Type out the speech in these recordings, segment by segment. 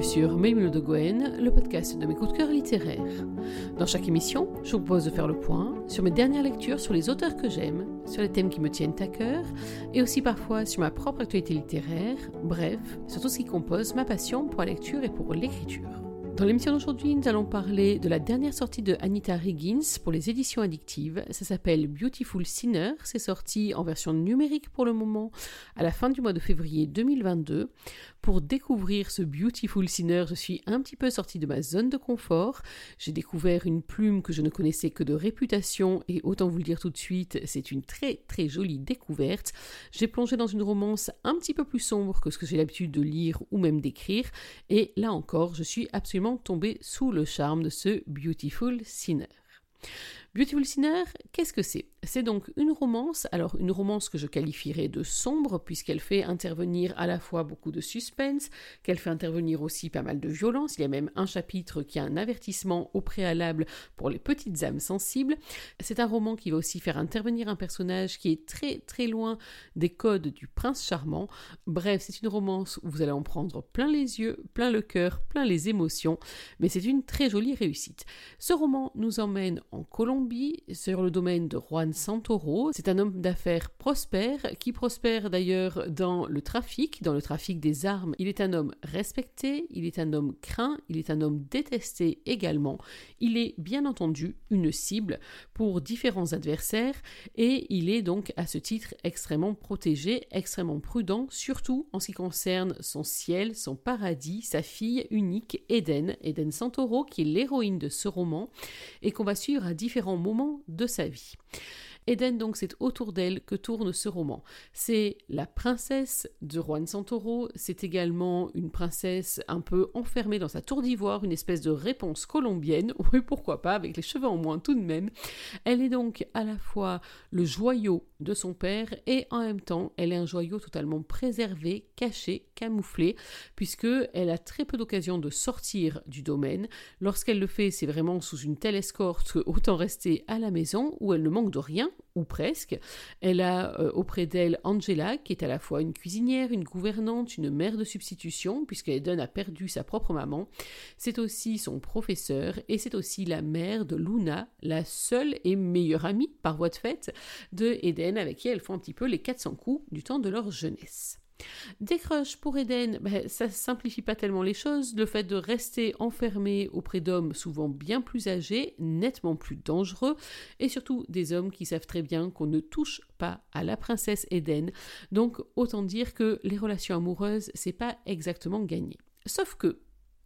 sur Mélimelo de Gwen, le podcast de mes coups de cœur littéraires. Dans chaque émission, je vous propose de faire le point sur mes dernières lectures, sur les auteurs que j'aime, sur les thèmes qui me tiennent à cœur, et aussi parfois sur ma propre actualité littéraire, bref, sur tout ce qui compose ma passion pour la lecture et pour l'écriture. Dans l'émission d'aujourd'hui, nous allons parler de la dernière sortie de Anita Higgins pour les éditions addictives. Ça s'appelle Beautiful Sinner. C'est sorti en version numérique pour le moment, à la fin du mois de février 2022. Pour découvrir ce Beautiful Sinner, je suis un petit peu sortie de ma zone de confort. J'ai découvert une plume que je ne connaissais que de réputation et autant vous le dire tout de suite, c'est une très très jolie découverte. J'ai plongé dans une romance un petit peu plus sombre que ce que j'ai l'habitude de lire ou même d'écrire et là encore, je suis absolument tombée sous le charme de ce Beautiful Sinner. Beautiful Sinner, qu'est-ce que c'est ? C'est donc une romance, alors une romance que je qualifierais de sombre puisqu'elle fait intervenir à la fois beaucoup de suspense, qu'elle fait intervenir aussi pas mal de violence. Il y a même un chapitre qui a un avertissement au préalable pour les petites âmes sensibles. C'est un roman qui va aussi faire intervenir un personnage qui est très très loin des codes du prince charmant. Bref, c'est une romance où vous allez en prendre plein les yeux, plein le cœur, plein les émotions, mais c'est une très jolie réussite. Ce roman nous emmène en Colombie, sur le domaine de Juan Santoro. C'est un homme d'affaires prospère, qui prospère d'ailleurs dans le trafic des armes. Il est un homme respecté, il est un homme craint, il est un homme détesté également. Il est bien entendu une cible pour différents adversaires et il est donc à ce titre extrêmement protégé, extrêmement prudent, surtout en ce qui concerne son ciel, son paradis, sa fille unique, Eden Santoro, qui est l'héroïne de ce roman et qu'on va suivre à différents moments de sa vie. Eden, donc, c'est autour d'elle que tourne ce roman. C'est la princesse de Juan Santoro, c'est également une princesse un peu enfermée dans sa tour d'ivoire, une espèce de réponse colombienne, oui, pourquoi pas, avec les cheveux en moins tout de même. Elle est donc à la fois le joyau de son père et en même temps, elle est un joyau totalement préservé, caché, camouflé, puisqu'elle a très peu d'occasion de sortir du domaine. Lorsqu'elle le fait, c'est vraiment sous une telle escorte qu'autant rester à la maison où elle ne manque de rien, ou presque. Elle a auprès d'elle Angela, qui est à la fois une cuisinière, une gouvernante, une mère de substitution, puisqu'Eden a perdu sa propre maman. C'est aussi son professeur, et c'est aussi la mère de Luna, la seule et meilleure amie, par voie de fait, de Eden, avec qui elles font un petit peu les 400 coups du temps de leur jeunesse. Des crushs pour Eden, ça simplifie pas tellement les choses. Le fait de rester enfermé auprès d'hommes souvent bien plus âgés, nettement plus dangereux, et surtout des hommes qui savent très bien qu'on ne touche pas à la princesse Eden. Donc autant dire que les relations amoureuses, c'est pas exactement gagné. Sauf que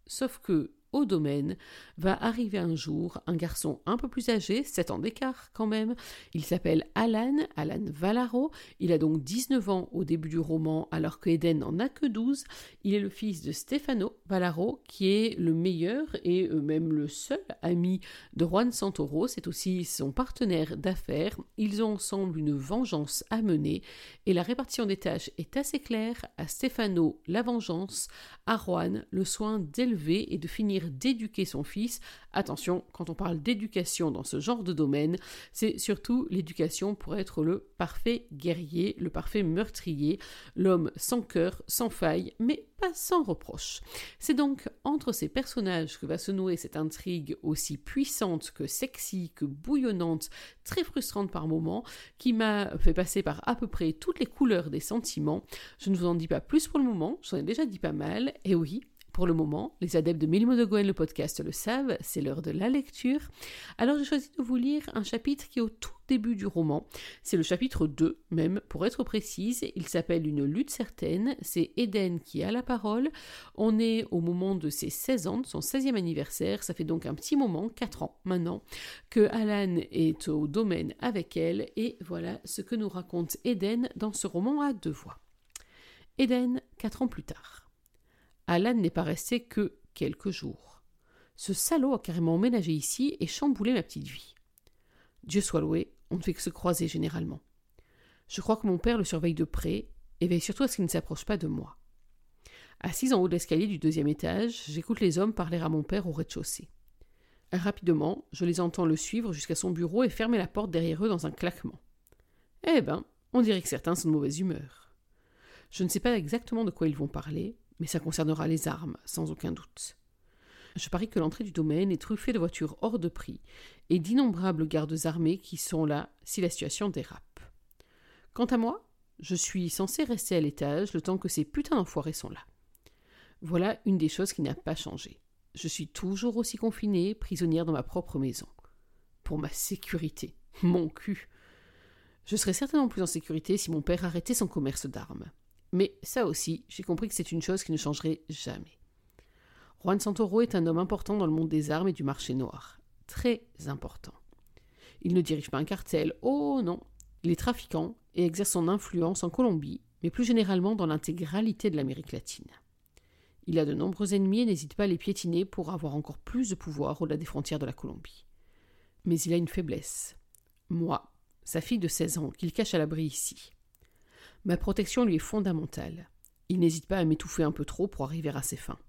au domaine va arriver un jour un garçon un peu plus âgé, 7 ans d'écart quand même. Il s'appelle Alan Valaro. Il a donc 19 ans au début du roman alors que Eden n'en a que 12. Il est le fils de Stefano Valaro qui est le meilleur et même le seul ami de Juan Santoro. C'est aussi son partenaire d'affaires. Ils ont ensemble une vengeance à mener et la répartition des tâches est assez claire. À Stefano, la vengeance, à Juan, le soin d'élever et de finir d'éduquer son fils. Attention, quand on parle d'éducation dans ce genre de domaine, c'est surtout l'éducation pour être le parfait guerrier, le parfait meurtrier, l'homme sans cœur, sans faille, mais pas sans reproche. C'est donc entre ces personnages que va se nouer cette intrigue aussi puissante que sexy, que bouillonnante, très frustrante par moments, qui m'a fait passer par à peu près toutes les couleurs des sentiments. Je ne vous en dis pas plus pour le moment, j'en ai déjà dit pas mal, et oui, pour le moment, les adeptes de Mélimelo de Gwen, le podcast, le savent, c'est l'heure de la lecture. Alors j'ai choisi de vous lire un chapitre qui est au tout début du roman. C'est le chapitre 2 même, pour être précise. Il s'appelle Une lutte certaine. C'est Eden qui a la parole. On est au moment de ses 16 ans, de son 16e anniversaire. Ça fait donc un petit moment, 4 ans maintenant, que Alan est au domaine avec elle. Et voilà ce que nous raconte Eden dans ce roman à 2 voix. Eden, 4 ans plus tard. Alan n'est pas resté que quelques jours. Ce salaud a carrément emménagé ici et chamboulé ma petite vie. Dieu soit loué, on ne fait que se croiser généralement. Je crois que mon père le surveille de près et veille surtout à ce qu'il ne s'approche pas de moi. Assise en haut de l'escalier du 2e étage, j'écoute les hommes parler à mon père au rez-de-chaussée. Rapidement, je les entends le suivre jusqu'à son bureau et fermer la porte derrière eux dans un claquement. Eh ben, on dirait que certains sont de mauvaise humeur. Je ne sais pas exactement de quoi ils vont parler, mais ça concernera les armes, sans aucun doute. Je parie que l'entrée du domaine est truffée de voitures hors de prix et d'innombrables gardes armés qui sont là si la situation dérape. Quant à moi, je suis censé rester à l'étage le temps que ces putains d'enfoirés sont là. Voilà une des choses qui n'a pas changé. Je suis toujours aussi confinée, prisonnière dans ma propre maison. Pour ma sécurité. Mon cul. Je serais certainement plus en sécurité si mon père arrêtait son commerce d'armes. Mais ça aussi, j'ai compris que c'est une chose qui ne changerait jamais. Juan Santoro est un homme important dans le monde des armes et du marché noir. Très important. Il ne dirige pas un cartel, oh non. Il est trafiquant et exerce son influence en Colombie, mais plus généralement dans l'intégralité de l'Amérique latine. Il a de nombreux ennemis et n'hésite pas à les piétiner pour avoir encore plus de pouvoir au-delà des frontières de la Colombie. Mais il a une faiblesse. Moi, sa fille de 16 ans, qu'il cache à l'abri ici. Ma protection lui est fondamentale. Il n'hésite pas à m'étouffer un peu trop pour arriver à ses fins.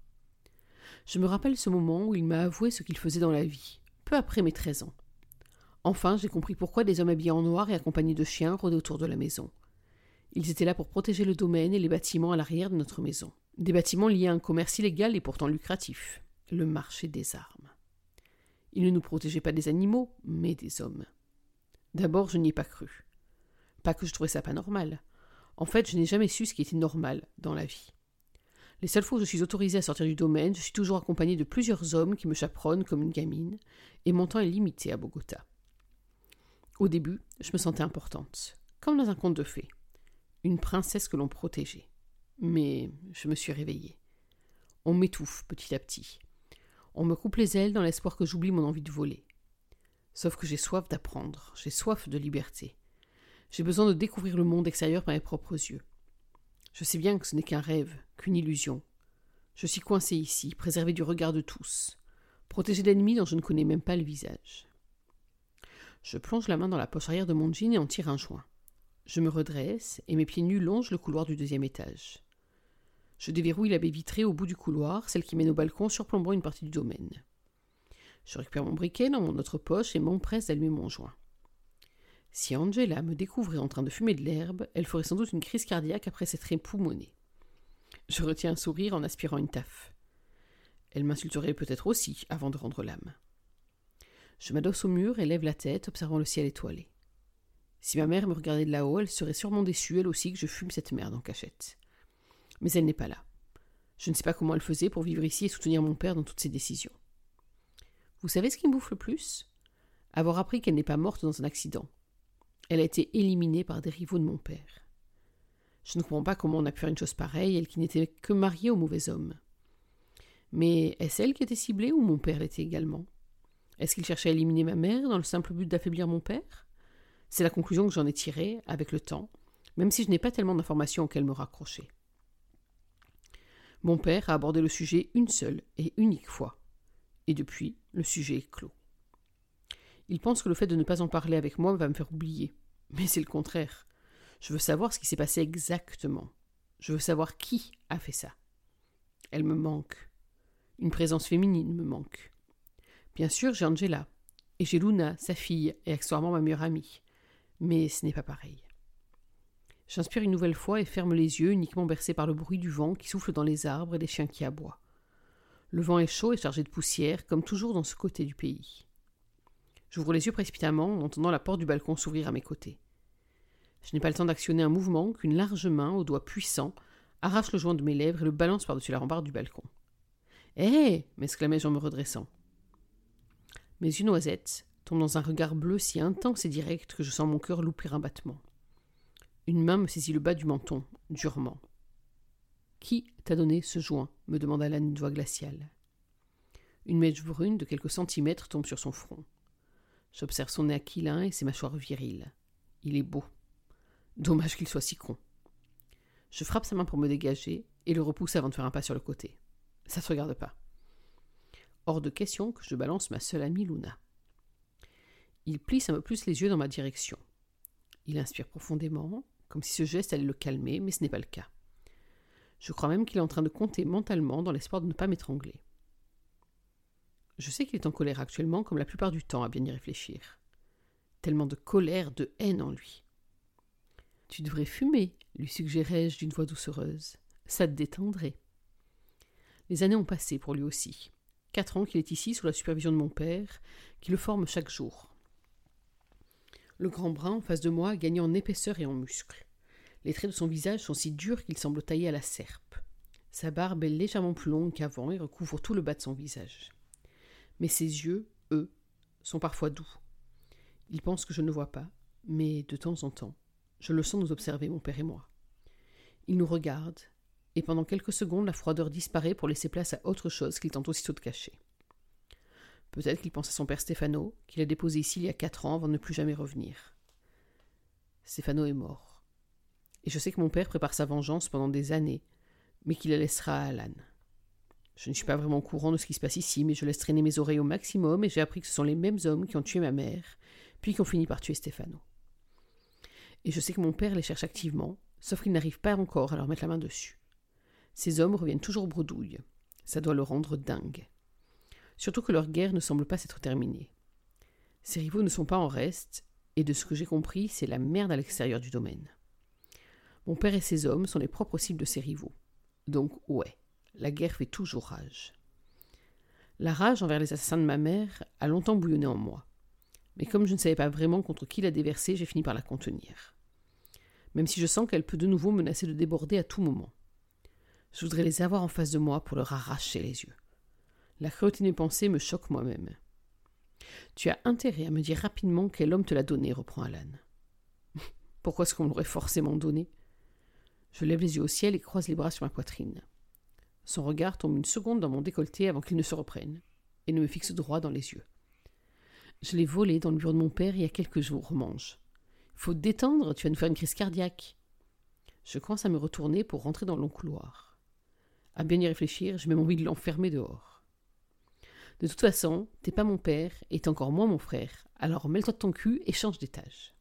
Je me rappelle ce moment où il m'a avoué ce qu'il faisait dans la vie, peu après mes 13 ans. Enfin, j'ai compris pourquoi des hommes habillés en noir et accompagnés de chiens rôdaient autour de la maison. Ils étaient là pour protéger le domaine et les bâtiments à l'arrière de notre maison. Des bâtiments liés à un commerce illégal et pourtant lucratif, le marché des armes. Ils ne nous protégeaient pas des animaux, mais des hommes. D'abord, je n'y ai pas cru. Pas que je trouvais ça pas normal. En fait, je n'ai jamais su ce qui était normal dans la vie. Les seules fois où je suis autorisée à sortir du domaine, je suis toujours accompagnée de plusieurs hommes qui me chaperonnent comme une gamine, et mon temps est limité à Bogota. Au début, je me sentais importante, comme dans un conte de fées. Une princesse que l'on protégeait. Mais je me suis réveillée. On m'étouffe petit à petit. On me coupe les ailes dans l'espoir que j'oublie mon envie de voler. Sauf que j'ai soif d'apprendre, j'ai soif de liberté. J'ai besoin de découvrir le monde extérieur par mes propres yeux. Je sais bien que ce n'est qu'un rêve, qu'une illusion. Je suis coincée ici, préservée du regard de tous, protégée d'ennemis dont je ne connais même pas le visage. Je plonge la main dans la poche arrière de mon jean et en tire un joint. Je me redresse et mes pieds nus longent le couloir du 2e étage. Je déverrouille la baie vitrée au bout du couloir, celle qui mène au balcon surplombant une partie du domaine. Je récupère mon briquet dans mon autre poche et m'empresse d'allumer mon joint. Si Angela me découvrait en train de fumer de l'herbe, elle ferait sans doute une crise cardiaque après s'être époumonée. Je retiens un sourire en aspirant une taffe. Elle m'insulterait peut-être aussi avant de rendre l'âme. Je m'adosse au mur et lève la tête, observant le ciel étoilé. Si ma mère me regardait de là-haut, elle serait sûrement déçue, elle aussi, que je fume cette merde en cachette. Mais elle n'est pas là. Je ne sais pas comment elle faisait pour vivre ici et soutenir mon père dans toutes ses décisions. Vous savez ce qui me bouffe le plus ? Avoir appris qu'elle n'est pas morte dans un accident. Elle a été éliminée par des rivaux de mon père. Je ne comprends pas comment on a pu faire une chose pareille, elle qui n'était que mariée au mauvais homme. Mais est-ce elle qui était ciblée ou mon père l'était également ? Est-ce qu'il cherchait à éliminer ma mère dans le simple but d'affaiblir mon père ? C'est la conclusion que j'en ai tirée avec le temps, même si je n'ai pas tellement d'informations auxquelles me raccrocher. Mon père a abordé le sujet une seule et unique fois. Et depuis, le sujet est clos. Il pense que le fait de ne pas en parler avec moi va me faire oublier. Mais c'est le contraire. Je veux savoir ce qui s'est passé exactement. Je veux savoir qui a fait ça. Elle me manque. Une présence féminine me manque. Bien sûr, j'ai Angela. Et j'ai Luna, sa fille, et accessoirement ma meilleure amie. Mais ce n'est pas pareil. J'inspire une nouvelle fois et ferme les yeux, uniquement bercés par le bruit du vent qui souffle dans les arbres et des chiens qui aboient. Le vent est chaud et chargé de poussière, comme toujours dans ce côté du pays. J'ouvre les yeux précipitamment en entendant la porte du balcon s'ouvrir à mes côtés. Je n'ai pas le temps d'actionner un mouvement qu'une large main, aux doigts puissants, arrache le joint de mes lèvres et le balance par-dessus la rambarde du balcon. « Hé !» m'exclamai-je en me redressant. Mes yeux noisettes tombent dans un regard bleu si intense et direct que je sens mon cœur louper un battement. Une main me saisit le bas du menton, durement. « Qui t'a donné ce joint ?» me demanda Alan d'une voix glaciale. Une mèche brune de quelques centimètres tombe sur son front. J'observe son nez aquilin et ses mâchoires viriles. Il est beau. Dommage qu'il soit si con. Je frappe sa main pour me dégager et le repousse avant de faire un pas sur le côté. Ça ne te regarde pas. Hors de question que je balance ma seule amie Luna. Il plisse un peu plus les yeux dans ma direction. Il inspire profondément, comme si ce geste allait le calmer, mais ce n'est pas le cas. Je crois même qu'il est en train de compter mentalement dans l'espoir de ne pas m'étrangler. Je sais qu'il est en colère actuellement, comme la plupart du temps, à bien y réfléchir. Tellement de colère, de haine en lui. « Tu devrais fumer », lui suggérai-je d'une voix doucereuse. « Ça te détendrait. » Les années ont passé pour lui aussi. 4 ans qu'il est ici sous la supervision de mon père, qui le forme chaque jour. Le grand brun en face de moi a gagné en épaisseur et en muscles. Les traits de son visage sont si durs qu'ils semblent taillés à la serpe. Sa barbe est légèrement plus longue qu'avant et recouvre tout le bas de son visage. Mais ses yeux, eux, sont parfois doux. Il pense que je ne le vois pas, mais de temps en temps, je le sens nous observer, mon père et moi. Il nous regarde, et pendant quelques secondes, la froideur disparaît pour laisser place à autre chose qu'il tente aussitôt de cacher. Peut-être qu'il pense à son père Stefano, qu'il a déposé ici il y a 4 ans avant de ne plus jamais revenir. Stefano est mort. Et je sais que mon père prépare sa vengeance pendant des années, mais qu'il la laissera à Alan. Je ne suis pas vraiment au courant de ce qui se passe ici, mais je laisse traîner mes oreilles au maximum et j'ai appris que ce sont les mêmes hommes qui ont tué ma mère, puis qui ont fini par tuer Stefano. Et je sais que mon père les cherche activement, sauf qu'il n'arrive pas encore à leur mettre la main dessus. Ces hommes reviennent toujours bredouilles. Ça doit le rendre dingue. Surtout que leur guerre ne semble pas s'être terminée. Ces rivaux ne sont pas en reste, et de ce que j'ai compris, c'est la merde à l'extérieur du domaine. Mon père et ses hommes sont les propres cibles de ses rivaux. Donc ouais, la guerre fait toujours rage. La rage envers les assassins de ma mère a longtemps bouillonné en moi. Mais comme je ne savais pas vraiment contre qui la déverser, j'ai fini par la contenir. Même si je sens qu'elle peut de nouveau menacer de déborder à tout moment. Je voudrais les avoir en face de moi pour leur arracher les yeux. La cruauté de mes pensées me choque moi-même. Tu as intérêt à me dire rapidement quel homme te l'a donné, reprend Alan. Pourquoi est-ce qu'on l'aurait forcément donné ? Je lève les yeux au ciel et croise les bras sur ma poitrine. Son regard tombe une seconde dans mon décolleté avant qu'il ne se reprenne, et ne me fixe droit dans les yeux. Je l'ai volé dans le bureau de mon père il y a quelques jours, mange. Faut te détendre, tu vas nous faire une crise cardiaque. Je commence à me retourner pour rentrer dans le long couloir. À bien y réfléchir, j'ai même envie de l'enfermer dehors. De toute façon, t'es pas mon père, et t'es encore moins mon frère, alors mêle-toi de ton cul et change d'étage.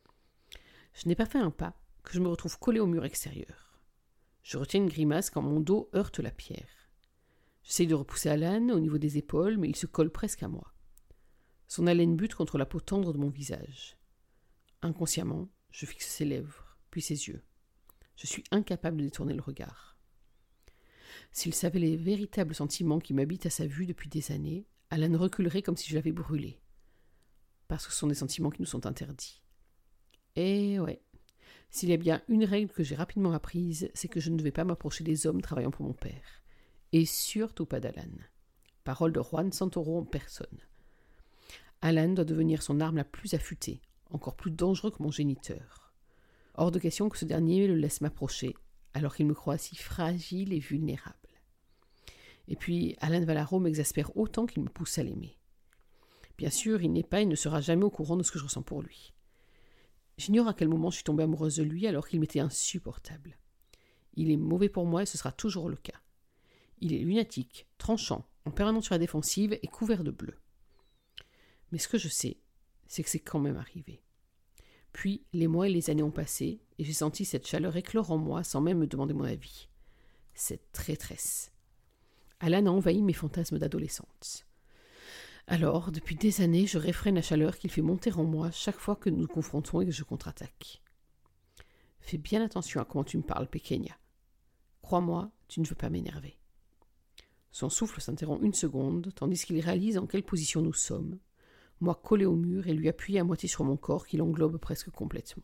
Je n'ai pas fait un pas, que je me retrouve collé au mur extérieur. Je retiens une grimace quand mon dos heurte la pierre. J'essaye de repousser Alan au niveau des épaules, mais il se colle presque à moi. Son haleine bute contre la peau tendre de mon visage. Inconsciemment, je fixe ses lèvres, puis ses yeux. Je suis incapable de détourner le regard. S'il savait les véritables sentiments qui m'habitent à sa vue depuis des années, Alan reculerait comme si je l'avais brûlé. Parce que ce sont des sentiments qui nous sont interdits. Et ouais, s'il y a bien une règle que j'ai rapidement apprise, c'est que je ne devais pas m'approcher des hommes travaillant pour mon père. Et surtout pas d'Alan. Parole de Juan Santoro en personne. Alan doit devenir son arme la plus affûtée, encore plus dangereux que mon géniteur. Hors de question que ce dernier le laisse m'approcher, alors qu'il me croit si fragile et vulnérable. Et puis, Alan Valaro m'exaspère autant qu'il me pousse à l'aimer. Bien sûr, il n'est pas et ne sera jamais au courant de ce que je ressens pour lui. J'ignore à quel moment je suis tombée amoureuse de lui alors qu'il m'était insupportable. Il est mauvais pour moi et ce sera toujours le cas. Il est lunatique, tranchant, en permanence sur la défensive et couvert de bleu. Mais ce que je sais, c'est que c'est quand même arrivé. Puis, les mois et les années ont passé, et j'ai senti cette chaleur éclore en moi sans même me demander mon avis. Cette traîtresse. Alan a envahi mes fantasmes d'adolescente. Alors, depuis des années, je réfrène la chaleur qu'il fait monter en moi chaque fois que nous nous confrontons et que je contre-attaque. Fais bien attention à comment tu me parles, Pequeña. Crois-moi, tu ne veux pas m'énerver. Son souffle s'interrompt une seconde, tandis qu'il réalise en quelle position nous sommes, moi collé au mur et lui appuyé à moitié sur mon corps qui l'englobe presque complètement.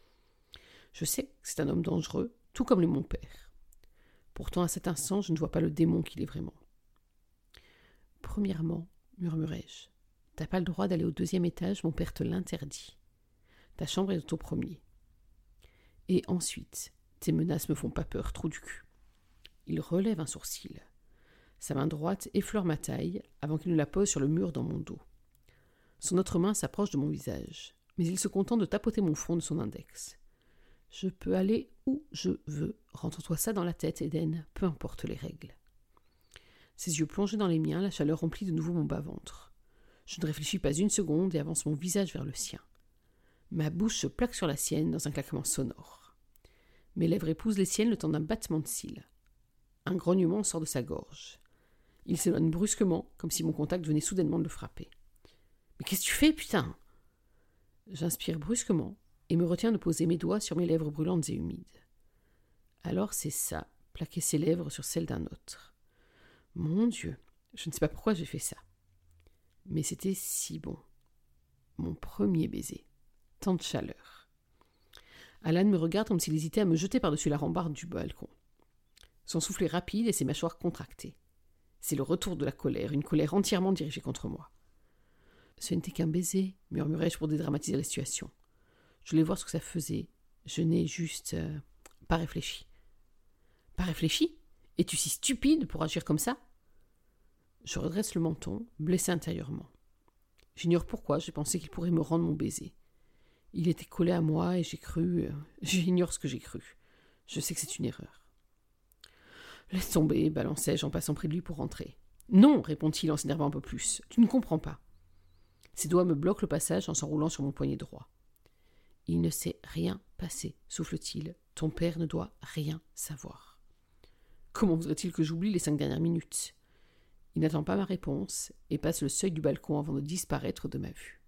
Je sais que c'est un homme dangereux, tout comme mon père. Pourtant, à cet instant, je ne vois pas le démon qu'il est vraiment. Premièrement, murmurai-je, t'as pas le droit d'aller au 2e étage, mon père te l'interdit. Ta chambre est au 1er. Et ensuite, tes menaces me font pas peur, trou du cul. Il relève un sourcil. Sa main droite effleure ma taille avant qu'il ne la pose sur le mur dans mon dos. Son autre main s'approche de mon visage, mais il se contente de tapoter mon front de son index. Je peux aller où je veux. Rentre-toi ça dans la tête, Eden, peu importe les règles. Ses yeux plongés dans les miens, la chaleur remplit de nouveau mon bas-ventre. Je ne réfléchis pas une seconde et avance mon visage vers le sien. Ma bouche se plaque sur la sienne dans un claquement sonore. Mes lèvres épousent les siennes le temps d'un battement de cils. Un grognement sort de sa gorge. Il s'éloigne brusquement, comme si mon contact venait soudainement de le frapper. « Mais qu'est-ce que tu fais, putain ?» J'inspire brusquement et me retiens de poser mes doigts sur mes lèvres brûlantes et humides. Alors c'est ça, plaquer ses lèvres sur celles d'un autre. Mon Dieu, je ne sais pas pourquoi j'ai fait ça. Mais c'était si bon. Mon premier baiser. Tant de chaleur. Alan me regarde comme s'il hésitait à me jeter par-dessus la rambarde du balcon. Son souffle est rapide et ses mâchoires contractées. C'est le retour de la colère, une colère entièrement dirigée contre moi. Ce n'était qu'un baiser, murmurai-je pour dédramatiser la situation. Je voulais voir ce que ça faisait. Je n'ai juste pas réfléchi. Pas réfléchi ? Es-tu si stupide pour agir comme ça ? Je redresse le menton, blessé intérieurement. J'ignore pourquoi j'ai pensé qu'il pourrait me rendre mon baiser. Il était collé à moi et j'ai cru... J'ignore ce que j'ai cru. Je sais que c'est une erreur. Laisse tomber, balançai-je en passant près de lui pour rentrer. Non, répond-il en s'énervant un peu plus. Tu ne comprends pas. Ses doigts me bloquent le passage en s'enroulant sur mon poignet droit. Il ne s'est rien passé, souffle-t-il. Ton père ne doit rien savoir. Comment voudrait-il que j'oublie les 5 dernières minutes ? Il n'attend pas ma réponse et passe le seuil du balcon avant de disparaître de ma vue.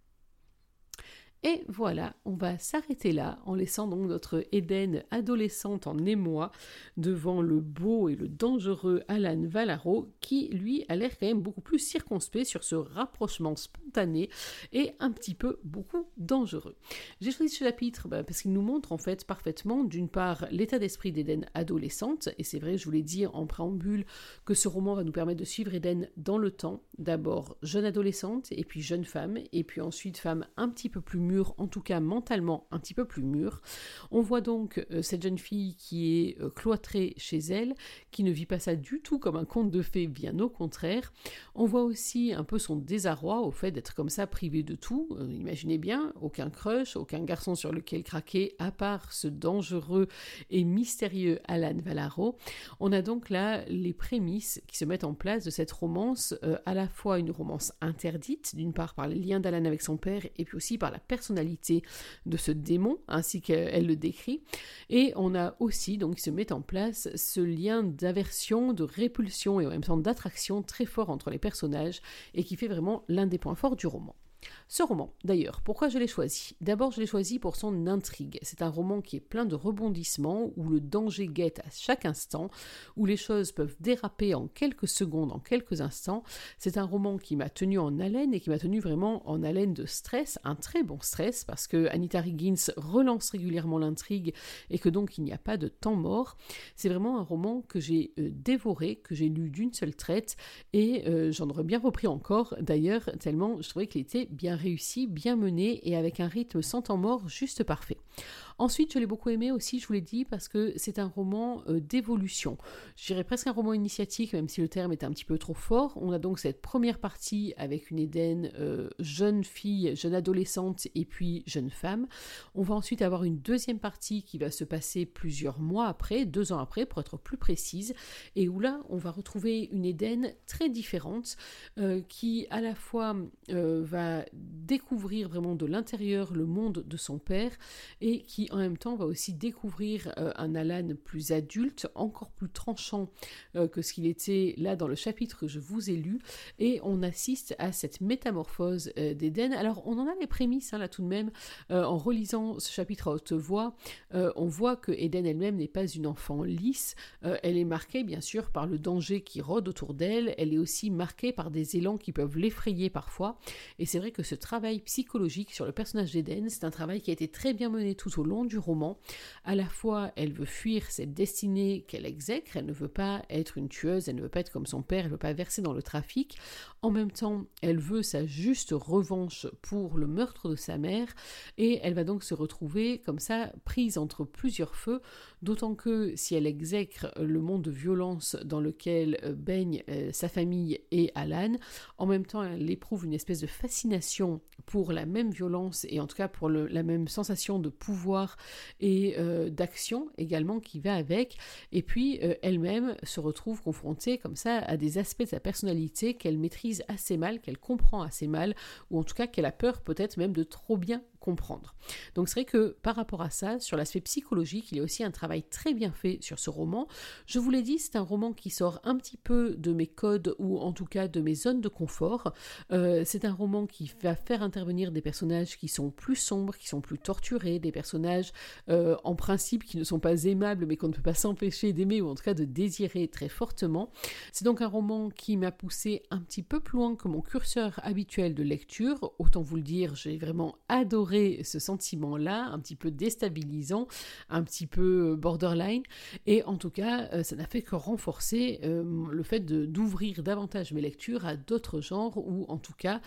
Et voilà, on va s'arrêter là en laissant donc notre Eden adolescente en émoi devant le beau et le dangereux Alan Valaro qui, lui, a l'air quand même beaucoup plus circonspect sur ce rapprochement spontané et un petit peu beaucoup dangereux. J'ai choisi ce chapitre parce qu'il nous montre en fait parfaitement, d'une part, l'état d'esprit d'Eden adolescente, et c'est vrai, je vous l'ai dit en préambule, que ce roman va nous permettre de suivre Eden dans le temps, d'abord jeune adolescente, et puis jeune femme, et puis ensuite femme un petit peu plus mûre, en tout cas mentalement un petit peu plus mûre. On voit donc cette jeune fille qui est cloîtrée chez elle, qui ne vit pas ça du tout comme un conte de fées, bien au contraire. On voit aussi un peu son désarroi au fait d'être comme ça privée de tout. Imaginez bien, aucun crush, aucun garçon sur lequel craquer, à part ce dangereux et mystérieux Alan Valaro. On a donc là les prémices qui se mettent en place de cette romance, à la fois une romance interdite, d'une part par les liens d'Alan avec son père, et puis aussi par la personnalité de ce démon, ainsi qu'elle le décrit. Et on a aussi, donc, qui se met en place ce lien d'aversion, de répulsion et en même temps d'attraction très fort entre les personnages et qui fait vraiment l'un des points forts du roman. Ce roman, d'ailleurs, pourquoi je l'ai choisi ? D'abord, je l'ai choisi pour son intrigue. C'est un roman qui est plein de rebondissements, où le danger guette à chaque instant, où les choses peuvent déraper en quelques secondes, en quelques instants. C'est un roman qui m'a tenu en haleine et qui m'a tenu vraiment en haleine de stress, un très bon stress, parce que Anita Higgins relance régulièrement l'intrigue et que donc il n'y a pas de temps mort. C'est vraiment un roman que j'ai dévoré, que j'ai lu d'une seule traite et j'en aurais bien repris encore, d'ailleurs, tellement je trouvais qu'il était bien réussi, bien mené et avec un rythme sans temps mort juste parfait. Ensuite, je l'ai beaucoup aimé aussi, je vous l'ai dit, parce que c'est un roman d'évolution. Je dirais presque un roman initiatique, même si le terme est un petit peu trop fort. On a donc cette première partie avec une Eden jeune fille, jeune adolescente et puis jeune femme. On va ensuite avoir une deuxième partie qui va se passer plusieurs mois après, 2 ans après pour être plus précise, et où là, on va retrouver une Eden très différente qui à la fois va découvrir vraiment de l'intérieur le monde de son père et qui en même temps va aussi découvrir un Alan plus adulte, encore plus tranchant que ce qu'il était là dans le chapitre que je vous ai lu, et on assiste à cette métamorphose d'Eden. Alors on en a les prémices là tout de même, en relisant ce chapitre à haute voix, on voit que Eden elle-même n'est pas une enfant lisse, elle est marquée bien sûr par le danger qui rôde autour d'elle, elle est aussi marquée par des élans qui peuvent l'effrayer parfois, et c'est vrai que ce travail psychologique sur le personnage d'Eden, c'est un travail qui a été très bien mené tout au long du roman. À la fois, elle veut fuir cette destinée qu'elle exècre, elle ne veut pas être une tueuse, elle ne veut pas être comme son père, elle ne veut pas verser dans le trafic. En même temps, elle veut sa juste revanche pour le meurtre de sa mère, et elle va donc se retrouver comme ça, prise entre plusieurs feux, d'autant que si elle exècre le monde de violence dans lequel baigne sa famille et Alan, en même temps, elle éprouve une espèce de fascination pour la même violence, et en tout cas pour la même sensation de pouvoir et d'action également qui va avec, et puis elle-même se retrouve confrontée comme ça à des aspects de sa personnalité qu'elle maîtrise assez mal, qu'elle comprend assez mal, ou en tout cas qu'elle a peur peut-être même de trop bien comprendre. Donc c'est vrai que par rapport à ça, sur l'aspect psychologique, il y a aussi un travail très bien fait sur ce roman. Je vous l'ai dit, c'est un roman qui sort un petit peu de mes codes ou en tout cas de mes zones de confort. C'est un roman qui va faire intervenir des personnages qui sont plus sombres, qui sont plus torturés, des personnages en principe qui ne sont pas aimables mais qu'on ne peut pas s'empêcher d'aimer ou en tout cas de désirer très fortement. C'est donc un roman qui m'a poussé un petit peu plus loin que mon curseur habituel de lecture. Autant vous le dire, j'ai vraiment adoré ce sentiment-là, un petit peu déstabilisant, un petit peu borderline, et en tout cas, ça n'a fait que renforcer le fait d'ouvrir davantage mes lectures à d'autres genres, ou en tout cas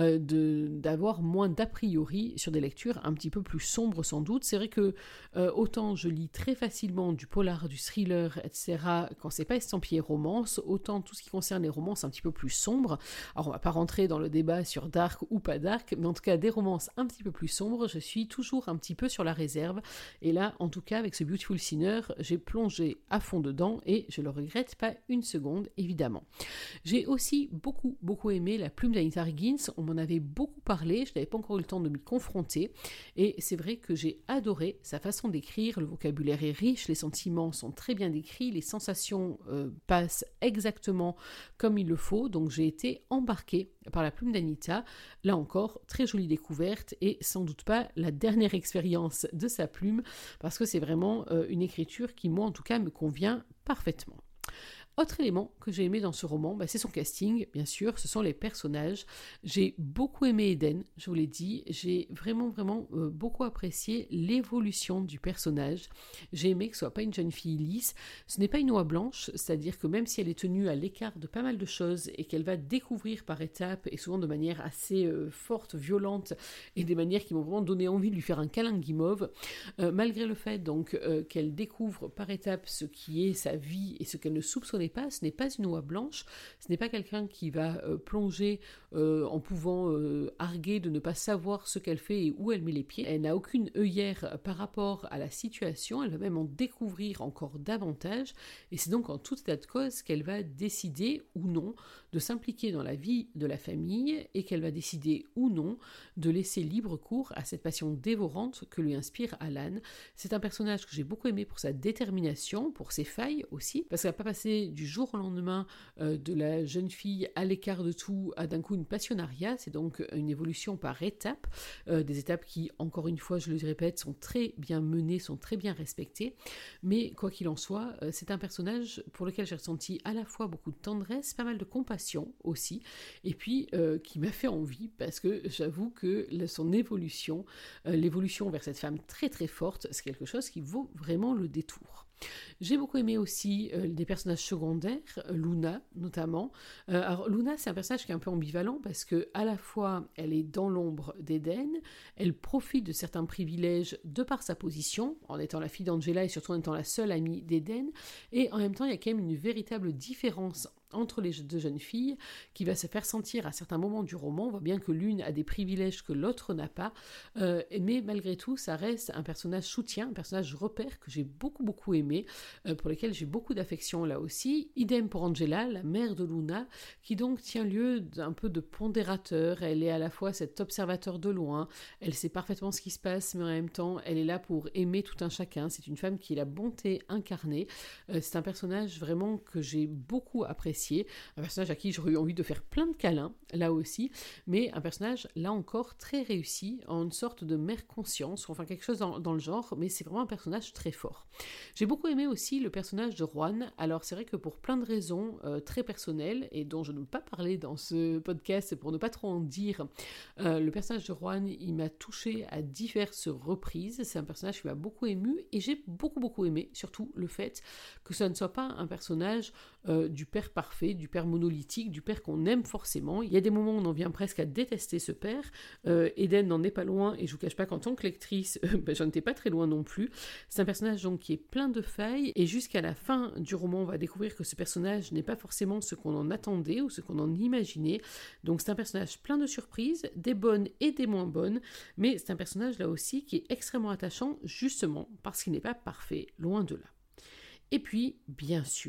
d'avoir moins d'a priori sur des lectures un petit peu plus sombres sans doute. C'est vrai que autant je lis très facilement du polar, du thriller, etc. quand c'est pas estampillé romance, autant tout ce qui concerne les romances un petit peu plus sombres. Alors on va pas rentrer dans le débat sur dark ou pas dark, mais en tout cas des romances un petit peu plus sombres, je suis toujours un petit peu sur la réserve. Et là, en tout cas, avec ce Beautiful Sinner, j'ai plongé à fond dedans et je le regrette pas une seconde, évidemment. J'ai aussi beaucoup aimé La Plume d'Anita Higgins. On m'en avait beaucoup parlé, je n'avais pas encore eu le temps de m'y confronter. Et c'est vrai que j'ai adoré sa façon d'écrire, le vocabulaire est riche, les sentiments sont très bien décrits, les sensations passent exactement comme il le faut, donc j'ai été embarquée par La Plume d'Anita. Là encore, très jolie découverte et sans doute pas la dernière expérience de sa plume, parce que c'est vraiment une écriture qui, moi en tout cas, me convient parfaitement. Autre élément que j'ai aimé dans ce roman, c'est son casting, bien sûr, ce sont les personnages. J'ai beaucoup aimé Eden, je vous l'ai dit, j'ai vraiment beaucoup apprécié l'évolution du personnage. J'ai aimé que ce soit pas une jeune fille lisse, ce n'est pas une oie blanche, c'est-à-dire que même si elle est tenue à l'écart de pas mal de choses et qu'elle va découvrir par étapes et souvent de manière assez forte, violente et des manières qui m'ont vraiment donné envie de lui faire un câlin guimauve, malgré le fait donc qu'elle découvre par étapes ce qui est sa vie et ce qu'elle ne soupçonnait pas, ce n'est pas une oie blanche, ce n'est pas quelqu'un qui va plonger en pouvant arguer de ne pas savoir ce qu'elle fait et où elle met les pieds. Elle n'a aucune œillère par rapport à la situation, elle va même en découvrir encore davantage, et c'est donc en tout état de cause qu'elle va décider ou non de s'impliquer dans la vie de la famille et qu'elle va décider ou non de laisser libre cours à cette passion dévorante que lui inspire Alan. C'est un personnage que j'ai beaucoup aimé pour sa détermination, pour ses failles aussi, parce qu'elle n'a pas passé du jour au lendemain de la jeune fille à l'écart de tout à d'un coup une passionnariat. C'est donc une évolution par étapes, des étapes qui, encore une fois, je le répète, sont très bien menées, sont très bien respectées, mais quoi qu'il en soit, c'est un personnage pour lequel j'ai ressenti à la fois beaucoup de tendresse, pas mal de compassion aussi, et puis qui m'a fait envie, parce que j'avoue que son évolution, l'évolution vers cette femme très très forte, c'est quelque chose qui vaut vraiment le détour. J'ai beaucoup aimé aussi des personnages secondaires, Luna notamment. Alors Luna, c'est un personnage qui est un peu ambivalent parce que à la fois elle est dans l'ombre d'Eden, elle profite de certains privilèges de par sa position, en étant la fille d'Angela et surtout en étant la seule amie d'Eden, et en même temps il y a quand même une véritable différence entre les deux jeunes filles, qui va se faire sentir à certains moments du roman. On voit bien que l'une a des privilèges que l'autre n'a pas, mais malgré tout, ça reste un personnage soutien, un personnage repère que j'ai beaucoup aimé, pour lequel j'ai beaucoup d'affection là aussi. Idem pour Angela, la mère de Luna, qui donc tient lieu d'un peu de pondérateur. Elle est à la fois cet observateur de loin, elle sait parfaitement ce qui se passe, mais en même temps, elle est là pour aimer tout un chacun. C'est une femme qui est la bonté incarnée. C'est un personnage vraiment que j'ai beaucoup apprécié. Un personnage à qui j'aurais eu envie de faire plein de câlins, là aussi, mais un personnage, là encore, très réussi, en une sorte de mère conscience, ou enfin quelque chose dans le genre, mais c'est vraiment un personnage très fort. J'ai beaucoup aimé aussi le personnage de Juan. Alors c'est vrai que pour plein de raisons très personnelles, et dont je ne veux pas parler dans ce podcast pour ne pas trop en dire, le personnage de Juan, il m'a touchée à diverses reprises. C'est un personnage qui m'a beaucoup ému, et j'ai beaucoup aimé, surtout le fait que ça ne soit pas un personnage du père parfait, du père monolithique, du père qu'on aime forcément. Il y a des moments où on en vient presque à détester ce père. Eden n'en est pas loin, et je vous cache pas qu'en tant que lectrice, j'en étais pas très loin non plus. C'est un personnage donc qui est plein de failles, et jusqu'à la fin du roman, on va découvrir que ce personnage n'est pas forcément ce qu'on en attendait ou ce qu'on en imaginait. Donc c'est un personnage plein de surprises, des bonnes et des moins bonnes, mais c'est un personnage là aussi qui est extrêmement attachant, justement parce qu'il n'est pas parfait, loin de là. Et puis, bien sûr,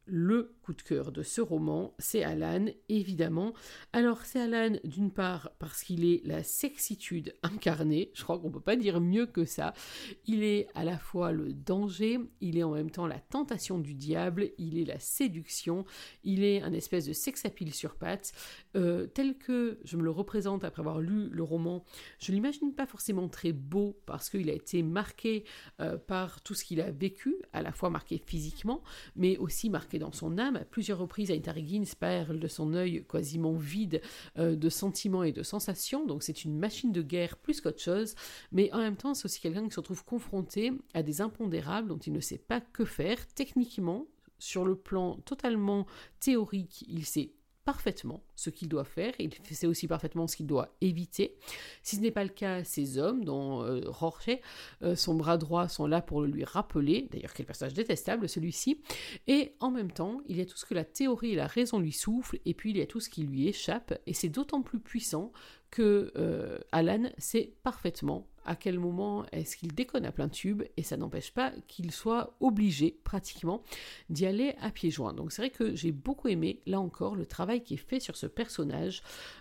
le coup de cœur de ce roman, c'est Alan, évidemment. Alors, c'est Alan, d'une part, parce qu'il est la sexitude incarnée, je crois qu'on ne peut pas dire mieux que ça. Il est à la fois le danger, il est en même temps la tentation du diable, il est la séduction, il est un espèce de sex-appeal sur pattes. Tel que je me le représente après avoir lu le roman, je ne l'imagine pas forcément très beau, parce qu'il a été marqué par tout ce qu'il a vécu, à la fois marqué physiquement, mais aussi marqué dans son âme. À plusieurs reprises, Anita Higgins parle de son œil quasiment vide de sentiments et de sensations, donc c'est une machine de guerre plus qu'autre chose, mais en même temps, c'est aussi quelqu'un qui se retrouve confronté à des impondérables dont il ne sait pas que faire. Techniquement, sur le plan totalement théorique, il sait parfaitement ce qu'il doit faire, il sait aussi parfaitement ce qu'il doit éviter. Si ce n'est pas le cas, ces hommes, dont Jorge, son bras droit, sont là pour le lui rappeler, d'ailleurs quel personnage détestable celui-ci, et en même temps, il y a tout ce que la théorie et la raison lui soufflent, et puis il y a tout ce qui lui échappe, et c'est d'autant plus puissant que Alan sait parfaitement à quel moment est-ce qu'il déconne à plein tube, et ça n'empêche pas qu'il soit obligé, pratiquement, d'y aller à pieds joints. Donc c'est vrai que j'ai beaucoup aimé, là encore, le travail qui est fait sur ce personnage,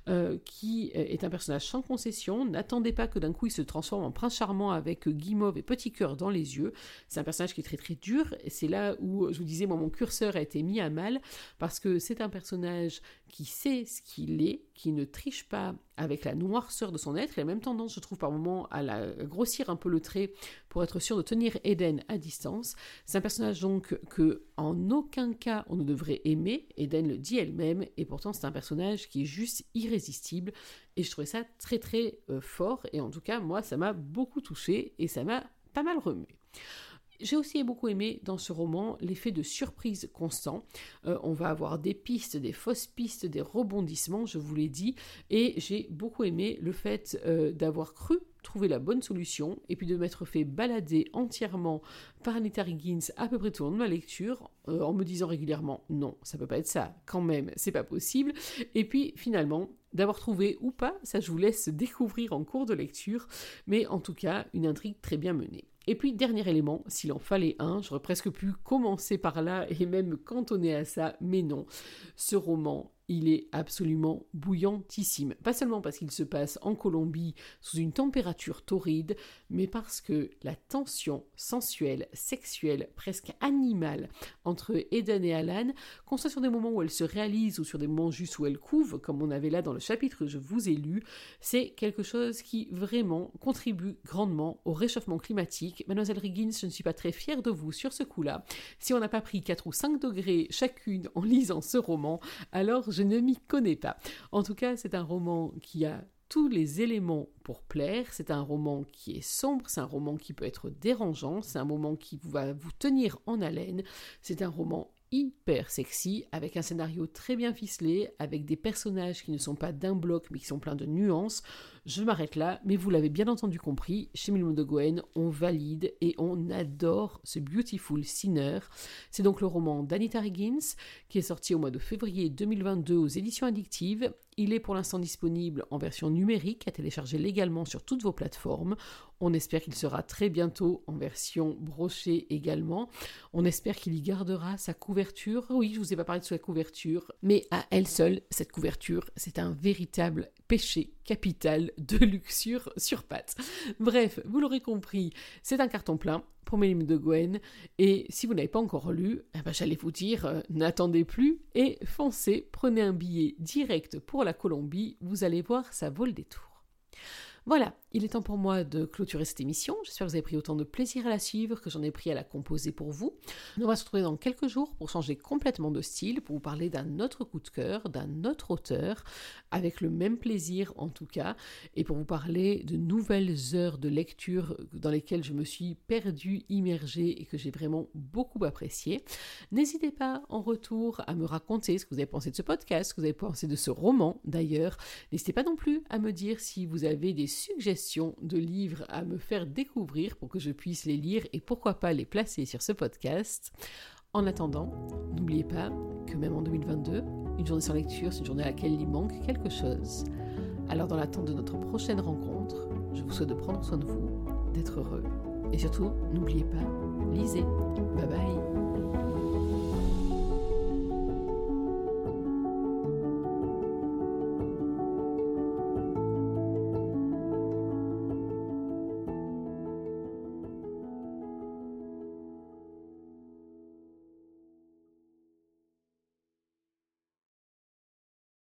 qui est un personnage sans concession. N'attendez pas que d'un coup il se transforme en prince charmant avec guimauve et petit cœur dans les yeux. C'est un personnage qui est très très dur, et c'est là où, je vous disais, moi, mon curseur a été mis à mal, parce que c'est un personnage qui sait ce qu'il est, qui ne triche pas avec la noirceur de son être. Il a même tendance, je trouve, par moments, à grossir un peu le trait pour être sûr de tenir Eden à distance. C'est un personnage donc que en aucun cas on ne devrait aimer. Eden le dit elle-même, et pourtant c'est un personnage qui est juste irrésistible. Et je trouvais ça très très fort, et en tout cas moi ça m'a beaucoup touchée et ça m'a pas mal remué. J'ai aussi beaucoup aimé dans ce roman l'effet de surprise constant. On va avoir des pistes, des fausses pistes, des rebondissements, je vous l'ai dit, et j'ai beaucoup aimé le fait d'avoir cru trouver la bonne solution, et puis de m'être fait balader entièrement par Anita Higgins à peu près tout au long de ma lecture, en me disant régulièrement non, ça peut pas être ça, quand même, c'est pas possible, et puis finalement d'avoir trouvé ou pas, ça je vous laisse découvrir en cours de lecture, mais en tout cas une intrigue très bien menée. Et puis, dernier élément, s'il en fallait un, j'aurais presque pu commencer par là et même me cantonner à ça, mais non. Ce roman, il est absolument bouillantissime. Pas seulement parce qu'il se passe en Colombie sous une température torride, mais parce que la tension sensuelle, sexuelle, presque animale entre Eden et Alan, qu'on soit sur des moments où elle se réalise ou sur des moments juste où elle couve, comme on avait là dans le chapitre que je vous ai lu, c'est quelque chose qui vraiment contribue grandement au réchauffement climatique. Mademoiselle Higgins, je ne suis pas très fière de vous sur ce coup-là. Si on n'a pas pris 4 ou 5 degrés chacune en lisant ce roman, alors je ne m'y connais pas. En tout cas, c'est un roman qui a tous les éléments pour plaire, c'est un roman qui est sombre, c'est un roman qui peut être dérangeant, c'est un roman qui va vous tenir en haleine, c'est un roman hyper sexy, avec un scénario très bien ficelé, avec des personnages qui ne sont pas d'un bloc, mais qui sont pleins de nuances. Je m'arrête là, mais vous l'avez bien entendu compris, chez Milmo de Goen, on valide et on adore ce Beautiful Sinner. C'est donc le roman d'Anita Higgins, qui est sorti au mois de février 2022 aux éditions Addictive. Il est pour l'instant disponible en version numérique, à télécharger légalement sur toutes vos plateformes. On espère qu'il sera très bientôt en version brochée également. On espère qu'il y gardera sa couverture. Oui, je ne vous ai pas parlé de sa couverture, mais à elle seule, cette couverture, c'est un véritable péché capital de luxure sur pattes. Bref, vous l'aurez compris, c'est un carton plein pour Milmo de Goen, et si vous n'avez pas encore lu, j'allais vous dire, n'attendez plus et foncez, prenez un billet direct pour la Colombie, vous allez voir, ça vaut le détour. Voilà, il est temps pour moi de clôturer cette émission. J'espère que vous avez pris autant de plaisir à la suivre que j'en ai pris à la composer pour vous. On va se retrouver dans quelques jours pour changer complètement de style, pour vous parler d'un autre coup de cœur, d'un autre auteur, avec le même plaisir en tout cas, et pour vous parler de nouvelles heures de lecture dans lesquelles je me suis perdue, immergée et que j'ai vraiment beaucoup apprécié. N'hésitez pas en retour à me raconter ce que vous avez pensé de ce podcast, ce que vous avez pensé de ce roman d'ailleurs. N'hésitez pas non plus à me dire si vous avez des suggestions de livres à me faire découvrir pour que je puisse les lire et pourquoi pas les placer sur ce podcast. En attendant, n'oubliez pas que même en 2022, une journée sans lecture, c'est une journée à laquelle il manque quelque chose. Alors dans l'attente de notre prochaine rencontre, je vous souhaite de prendre soin de vous, d'être heureux et surtout, n'oubliez pas, lisez. Bye bye.